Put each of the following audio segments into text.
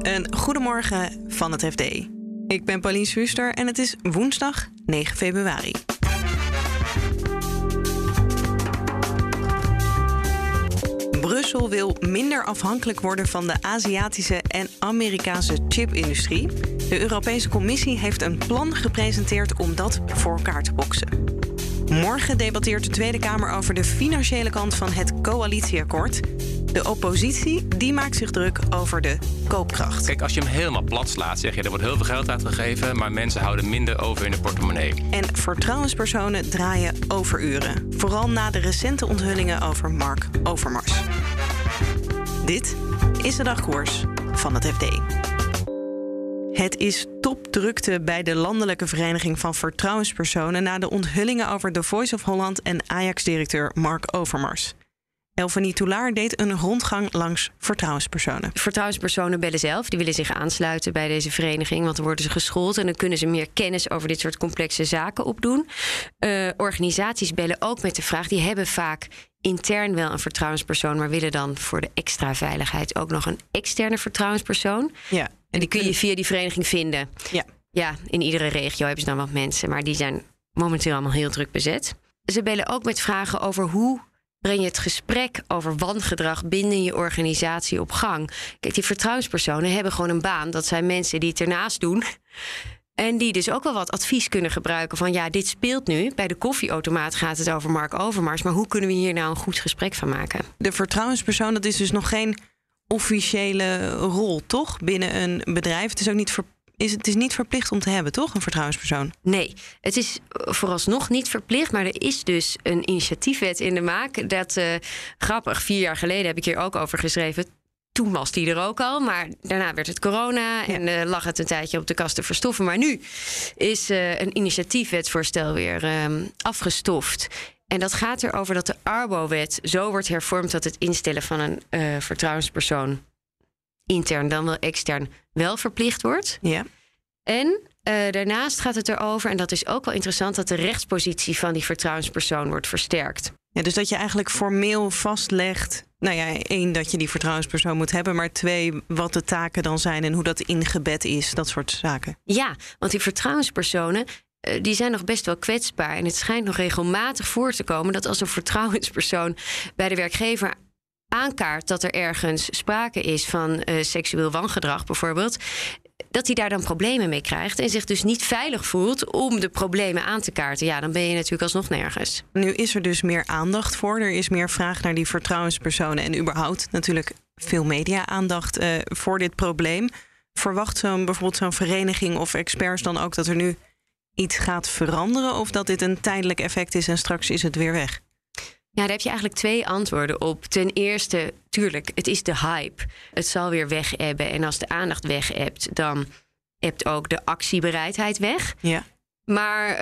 Een goedemorgen van het FD. Ik ben Pauline Schuster en het is woensdag 9 februari. Brussel wil minder afhankelijk worden van de Aziatische en Amerikaanse chipindustrie. De Europese Commissie heeft een plan gepresenteerd om dat voor elkaar te boksen. Morgen debatteert de Tweede Kamer over de financiële kant van het coalitieakkoord. De oppositie die maakt zich druk over de koopkracht. Kijk, als je hem helemaal plat slaat, zeg je er wordt heel veel geld uitgegeven, maar mensen houden minder over in de portemonnee. En vertrouwenspersonen draaien overuren. Vooral na de recente onthullingen over Mark Overmars. Dit is de dagkoers van het FD. Het is topdrukte bij de Landelijke Vereniging van Vertrouwenspersonen na de onthullingen over The Voice of Holland en Ajax-directeur Mark Overmars. Elfanie Toulaar deed een rondgang langs vertrouwenspersonen. Vertrouwenspersonen bellen zelf. Die willen zich aansluiten bij deze vereniging. Want dan worden ze geschoold en dan kunnen ze meer kennis over dit soort complexe zaken opdoen. Organisaties bellen ook met de vraag. Die hebben vaak intern wel een vertrouwenspersoon, maar willen dan voor de extra veiligheid ook nog een externe vertrouwenspersoon. Ja. En die kun je via die vereniging vinden. Ja, in iedere regio hebben ze dan wat mensen, maar die zijn momenteel allemaal heel druk bezet. Ze bellen ook met vragen over hoe breng je het gesprek over wangedrag binnen je organisatie op gang. Kijk, die vertrouwenspersonen hebben gewoon een baan. Dat zijn mensen die het ernaast doen. En die dus ook wel wat advies kunnen gebruiken van ja, dit speelt nu. Bij de koffieautomaat gaat het over Mark Overmars. Maar hoe kunnen we hier nou een goed gesprek van maken? De vertrouwenspersoon, dat is dus nog geen officiële rol, toch? Binnen een bedrijf. Het is ook niet verplicht om te hebben, toch? Een vertrouwenspersoon? Nee, het is vooralsnog niet verplicht. Maar er is dus een initiatiefwet in de maak. Dat, grappig, 4 jaar geleden heb ik hier ook over geschreven. Toen was die er ook al, maar daarna werd het corona en lag het een tijdje op de kast te verstoffen. Maar nu is een initiatiefwetsvoorstel weer afgestoft. En dat gaat erover dat de Arbo-wet zo wordt hervormd dat het instellen van een vertrouwenspersoon intern dan wel extern wel verplicht wordt. Ja. En daarnaast gaat het erover, en dat is ook wel interessant, dat de rechtspositie van die vertrouwenspersoon wordt versterkt. Ja, dus dat je eigenlijk formeel vastlegt, nou ja, 1, dat je die vertrouwenspersoon moet hebben, maar 2, wat de taken dan zijn en hoe dat ingebed is, dat soort zaken. Ja, want die vertrouwenspersonen, die zijn nog best wel kwetsbaar. En het schijnt nog regelmatig voor te komen dat als een vertrouwenspersoon bij de werkgever aankaart dat er ergens sprake is van seksueel wangedrag bijvoorbeeld, dat hij daar dan problemen mee krijgt en zich dus niet veilig voelt om de problemen aan te kaarten. Ja, dan ben je natuurlijk alsnog nergens. Nu is er dus meer aandacht voor. Er is meer vraag naar die vertrouwenspersonen en überhaupt natuurlijk veel media-aandacht voor dit probleem. Verwacht bijvoorbeeld zo'n vereniging of experts dan ook dat er nu iets gaat veranderen of dat dit een tijdelijk effect is en straks is het weer weg? Ja, daar heb je eigenlijk 2 antwoorden op. Ten eerste, tuurlijk, het is de hype. Het zal weer weg-ebben. En als de aandacht weg-ebt, dan ebt ook de actiebereidheid weg. Ja. Maar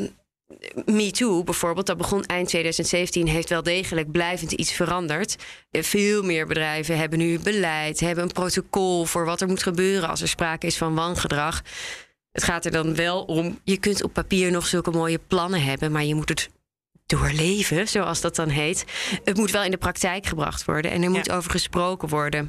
MeToo bijvoorbeeld, dat begon eind 2017... heeft wel degelijk blijvend iets veranderd. Veel meer bedrijven hebben nu beleid, hebben een protocol voor wat er moet gebeuren als er sprake is van wangedrag. Het gaat er dan wel om, je kunt op papier nog zulke mooie plannen hebben, maar je moet het doorleven, zoals dat dan heet. Het moet wel in de praktijk gebracht worden en er moet over gesproken worden.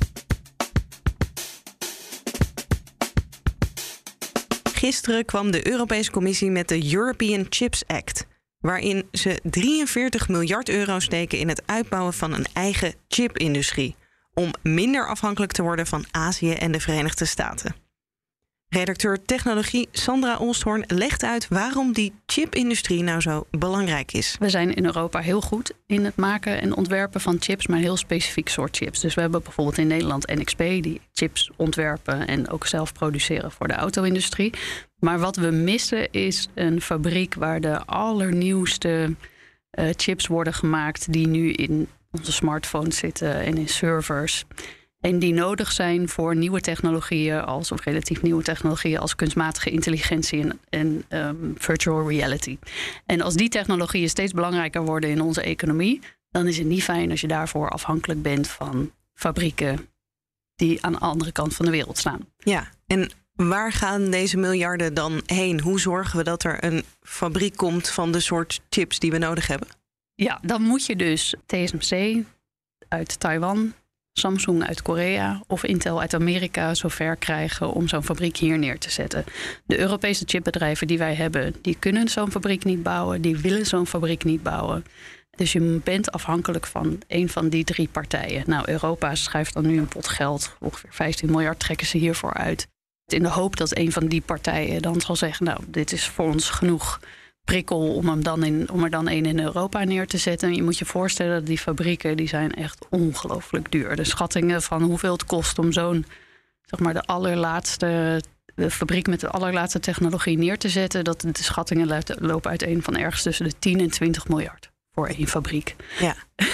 Gisteren kwam de Europese Commissie met de European Chips Act, waarin ze 43 miljard euro steken in het uitbouwen van een eigen chipindustrie, om minder afhankelijk te worden van Azië en de Verenigde Staten. Redacteur Technologie Sandra Olsthoorn legt uit waarom die chipindustrie nou zo belangrijk is. We zijn in Europa heel goed in het maken en ontwerpen van chips, maar een heel specifiek soort chips. Dus we hebben bijvoorbeeld in Nederland NXP die chips ontwerpen en ook zelf produceren voor de auto-industrie. Maar wat we missen is een fabriek waar de allernieuwste chips worden gemaakt die nu in onze smartphones zitten en in servers. En die nodig zijn voor nieuwe technologieën of relatief nieuwe technologieën als kunstmatige intelligentie en virtual reality. En als die technologieën steeds belangrijker worden in onze economie, dan is het niet fijn als je daarvoor afhankelijk bent van fabrieken die aan de andere kant van de wereld staan. Ja, en waar gaan deze miljarden dan heen? Hoe zorgen we dat er een fabriek komt van de soort chips die we nodig hebben? Ja, dan moet je dus TSMC uit Taiwan Samsung uit Korea of Intel uit Amerika zover krijgen om zo'n fabriek hier neer te zetten. De Europese chipbedrijven die wij hebben, die kunnen zo'n fabriek niet bouwen, die willen zo'n fabriek niet bouwen. Dus je bent afhankelijk van een van die 3 partijen. Nou, Europa schuift dan nu een pot geld, ongeveer 15 miljard trekken ze hiervoor uit. In de hoop dat een van die partijen dan zal zeggen, nou, dit is voor ons genoeg prikkel om er dan één in Europa neer te zetten. Je moet je voorstellen dat die fabrieken die zijn echt ongelooflijk duur. De schattingen van hoeveel het kost om zo'n, zeg maar, de fabriek met de allerlaatste technologie neer te zetten, dat de schattingen lopen uiteen van ergens tussen de 10 en 20 miljard voor één fabriek. Ja.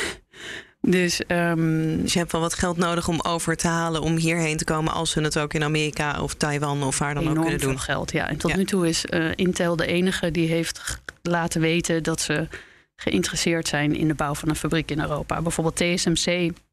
Dus je hebt wel wat geld nodig om over te halen om hierheen te komen als ze het ook in Amerika of Taiwan of waar dan ook kunnen doen. Enorm veel geld, ja. En tot nu toe is Intel de enige die heeft laten weten dat ze geïnteresseerd zijn in de bouw van een fabriek in Europa. Bijvoorbeeld TSMC.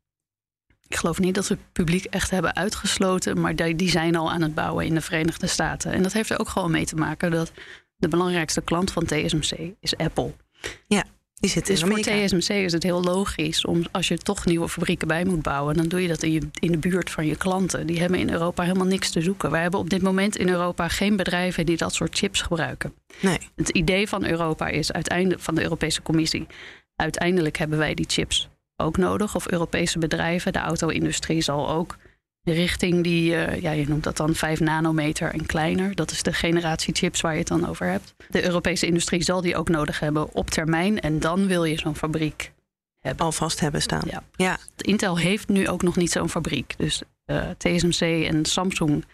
Ik geloof niet dat ze het publiek echt hebben uitgesloten, maar die zijn al aan het bouwen in de Verenigde Staten. En dat heeft er ook gewoon mee te maken dat de belangrijkste klant van TSMC is Apple. Ja. Dus voor TSMC is het heel logisch om, als je toch nieuwe fabrieken bij moet bouwen, dan doe je dat in de buurt van je klanten. Die hebben in Europa helemaal niks te zoeken. Wij hebben op dit moment in Europa geen bedrijven die dat soort chips gebruiken. Nee. Het idee van Europa is van de Europese Commissie, uiteindelijk hebben wij die chips ook nodig. Of Europese bedrijven, de auto-industrie zal ook richting die, je noemt dat dan 5 nanometer en kleiner. Dat is de generatie chips waar je het dan over hebt. De Europese industrie zal die ook nodig hebben op termijn. En dan wil je zo'n fabriek hebben. Alvast hebben staan. Ja. Intel heeft nu ook nog niet zo'n fabriek. Dus TSMC en Samsung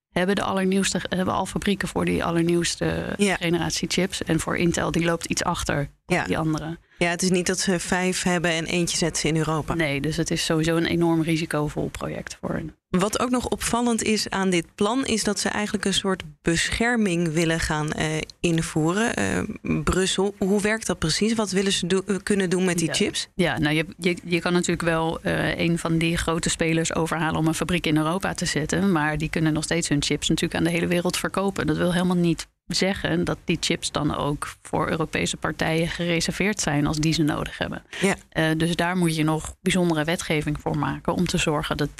hebben al fabrieken voor die allernieuwste generatie chips. En voor Intel, die loopt iets achter die andere. Ja, het is niet dat ze 5 hebben en eentje zetten ze in Europa. Nee, dus het is sowieso een enorm risicovol project voor hen. Wat ook nog opvallend is aan dit plan, is dat ze eigenlijk een soort bescherming willen gaan invoeren. Brussel, hoe werkt dat precies? Wat willen ze kunnen doen met die chips? Ja, nou je kan natuurlijk wel een van die grote spelers overhalen om een fabriek in Europa te zetten. Maar die kunnen nog steeds hun chips natuurlijk aan de hele wereld verkopen. Dat wil helemaal niet zeggen dat die chips dan ook voor Europese partijen gereserveerd zijn als die ze nodig hebben. Ja. Dus daar moet je nog bijzondere wetgeving voor maken om te zorgen dat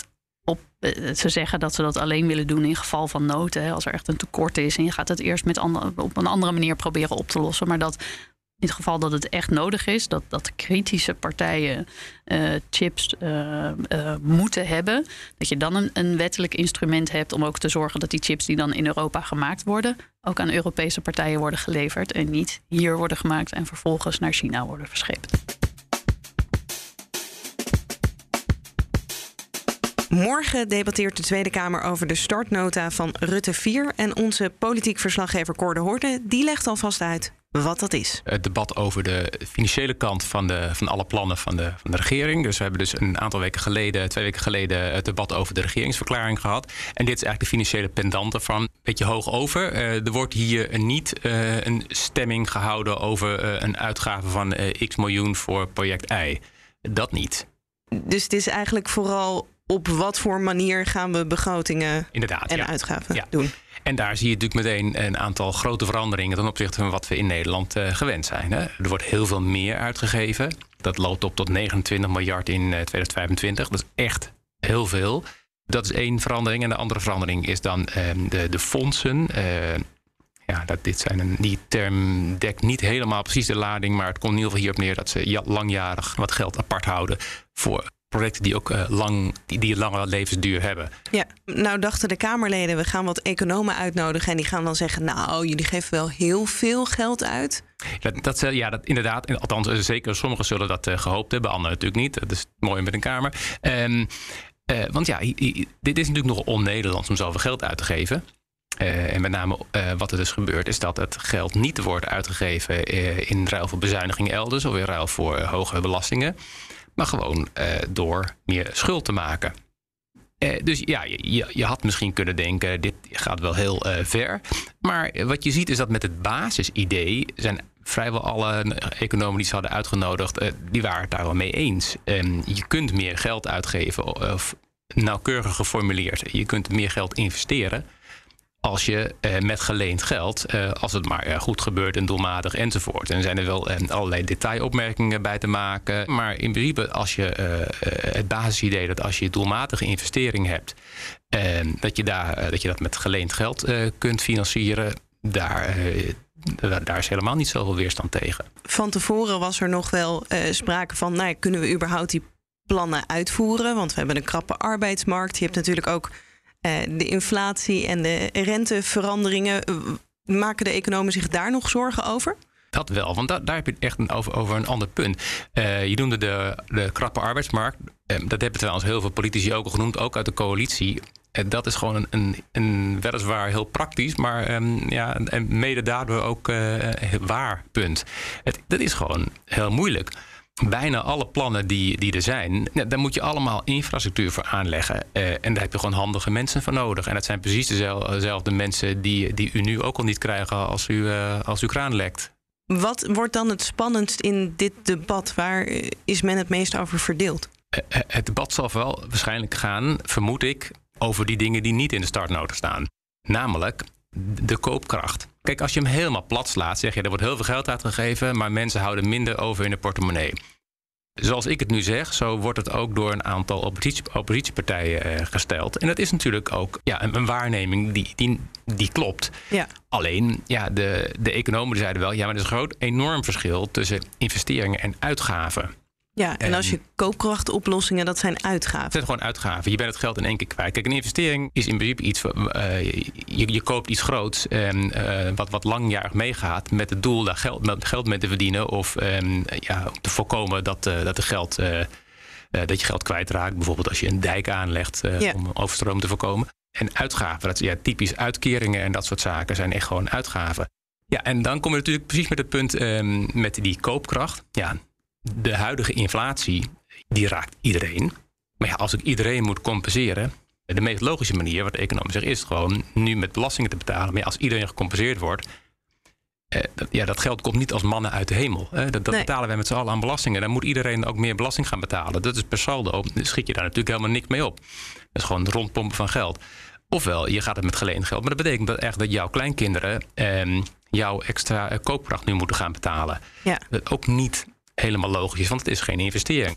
ze zeggen dat ze dat alleen willen doen in geval van nood. Hè, als er echt een tekort is en je gaat het eerst op een andere manier proberen op te lossen. Maar dat in het geval dat het echt nodig is, dat kritische partijen chips moeten hebben, dat je dan een wettelijk instrument hebt om ook te zorgen dat die chips die dan in Europa gemaakt worden, ook aan Europese partijen worden geleverd en niet hier worden gemaakt en vervolgens naar China worden verscheept. Morgen debatteert de Tweede Kamer over de startnota van Rutte 4. En onze politiek verslaggever Cor de Hoorde, die legt alvast uit wat dat is. Het debat over de financiële kant van alle plannen van de regering. Dus we hebben dus een aantal weken geleden, 2 weken geleden, het debat over de regeringsverklaring gehad. En dit is eigenlijk de financiële pendant ervan. Een beetje hoog over. Er wordt hier niet een stemming gehouden over een uitgave van x miljoen voor project I. Dat niet. Dus het is eigenlijk vooral op wat voor manier gaan we begrotingen en uitgaven doen. En daar zie je natuurlijk meteen een aantal grote veranderingen ten opzichte van wat we in Nederland gewend zijn. Hè. Er wordt heel veel meer uitgegeven. Dat loopt op tot 29 miljard in 2025. Dat is echt heel veel. Dat is 1 verandering. En de andere verandering is dan de fondsen. Die term dekt niet helemaal precies de lading, maar het komt in ieder geval hierop neer dat ze langjarig wat geld apart houden voor projecten die ook die een langere levensduur hebben. Ja, nou dachten de Kamerleden, we gaan wat economen uitnodigen en die gaan dan zeggen, nou, jullie geven wel heel veel geld uit. Dat inderdaad, althans zeker sommigen zullen dat gehoopt hebben, anderen natuurlijk niet. Dat is mooi met een Kamer. Want dit is natuurlijk nog on-Nederlands om zoveel geld uit te geven. En met name wat er dus gebeurt is dat het geld niet wordt uitgegeven in ruil voor bezuiniging elders of in ruil voor hogere belastingen, maar gewoon door meer schuld te maken. Dus ja, je had misschien kunnen denken, dit gaat wel heel ver. Maar wat je ziet is dat met het basisidee zijn vrijwel alle economen die ze hadden uitgenodigd, die waren het daar wel mee eens. Je kunt meer geld uitgeven, of nauwkeurig geformuleerd, je kunt meer geld investeren. als je met geleend geld, als het maar goed gebeurt en doelmatig enzovoort. En er zijn er wel allerlei detailopmerkingen bij te maken. Maar in principe, als je het basisidee dat als je doelmatige investering hebt, dat je dat met geleend geld kunt financieren, daar is helemaal niet zoveel weerstand tegen. Van tevoren was er nog wel sprake van, kunnen we überhaupt die plannen uitvoeren? Want we hebben een krappe arbeidsmarkt. Je hebt natuurlijk ook de inflatie en de renteveranderingen. Maken de economen zich daar nog zorgen over? Dat wel, want daar heb je het echt over een ander punt. Je noemde de krappe arbeidsmarkt. Dat hebben trouwens heel veel politici ook al genoemd, ook uit de coalitie. Dat is gewoon een weliswaar heel praktisch, maar en mede daardoor ook waar punt. Dat is gewoon heel moeilijk. Bijna alle plannen die er zijn, daar moet je allemaal infrastructuur voor aanleggen. En daar heb je gewoon handige mensen voor nodig. En dat zijn precies dezelfde mensen die u nu ook al niet krijgen als uw kraan lekt. Wat wordt dan het spannendst in dit debat? Waar is men het meest over verdeeld? Het debat zal wel waarschijnlijk gaan, vermoed ik, over die dingen die niet in de startnota staan. Namelijk de koopkracht. Kijk, als je hem helemaal plat slaat, zeg je er wordt heel veel geld uitgegeven, maar mensen houden minder over in de portemonnee. Zoals ik het nu zeg, zo wordt het ook door een aantal oppositiepartijen gesteld. En dat is natuurlijk ook een waarneming die klopt. Ja. Alleen, de economen zeiden wel, maar er is een groot enorm verschil tussen investeringen en uitgaven. Ja, en als je koopkrachtoplossingen, dat zijn uitgaven. Het zijn gewoon uitgaven. Je bent het geld in één keer kwijt. Kijk, een investering is in principe iets. Je koopt iets groots wat langjarig meegaat met het doel daar geld mee te verdienen. Of om te voorkomen dat je geld kwijtraakt. Bijvoorbeeld als je een dijk aanlegt om overstroom te voorkomen. En uitgaven, dat is typisch uitkeringen en dat soort zaken zijn echt gewoon uitgaven. Ja, en dan kom je natuurlijk precies met het punt met die koopkracht. Ja. De huidige inflatie, die raakt iedereen. Maar als ik iedereen moet compenseren, de meest logische manier, wat de economen zeggen, is gewoon nu met belastingen te betalen. Maar als iedereen gecompenseerd wordt, dat geld komt niet als mannen uit de hemel. Dat betalen wij met z'n allen aan belastingen. Dan moet iedereen ook meer belasting gaan betalen. Dat is per saldo. Dan schiet je daar natuurlijk helemaal niks mee op. Dat is gewoon rondpompen van geld. Ofwel, je gaat het met geleend geld. Maar dat betekent echt dat jouw kleinkinderen jouw extra koopkracht nu moeten gaan betalen. Ja. Dat ook niet helemaal logisch is, want het is geen investering.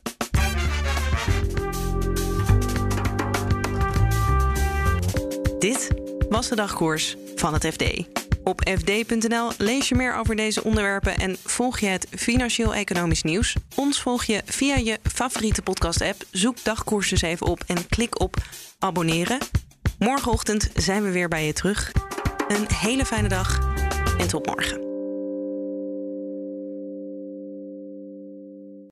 Dit was de dagkoers van het FD. Op fd.nl lees je meer over deze onderwerpen en volg je het financieel-economisch nieuws. Ons volg je via je favoriete podcast-app. Zoek dagkoers dus even op en klik op abonneren. Morgenochtend zijn we weer bij je terug. Een hele fijne dag en tot morgen.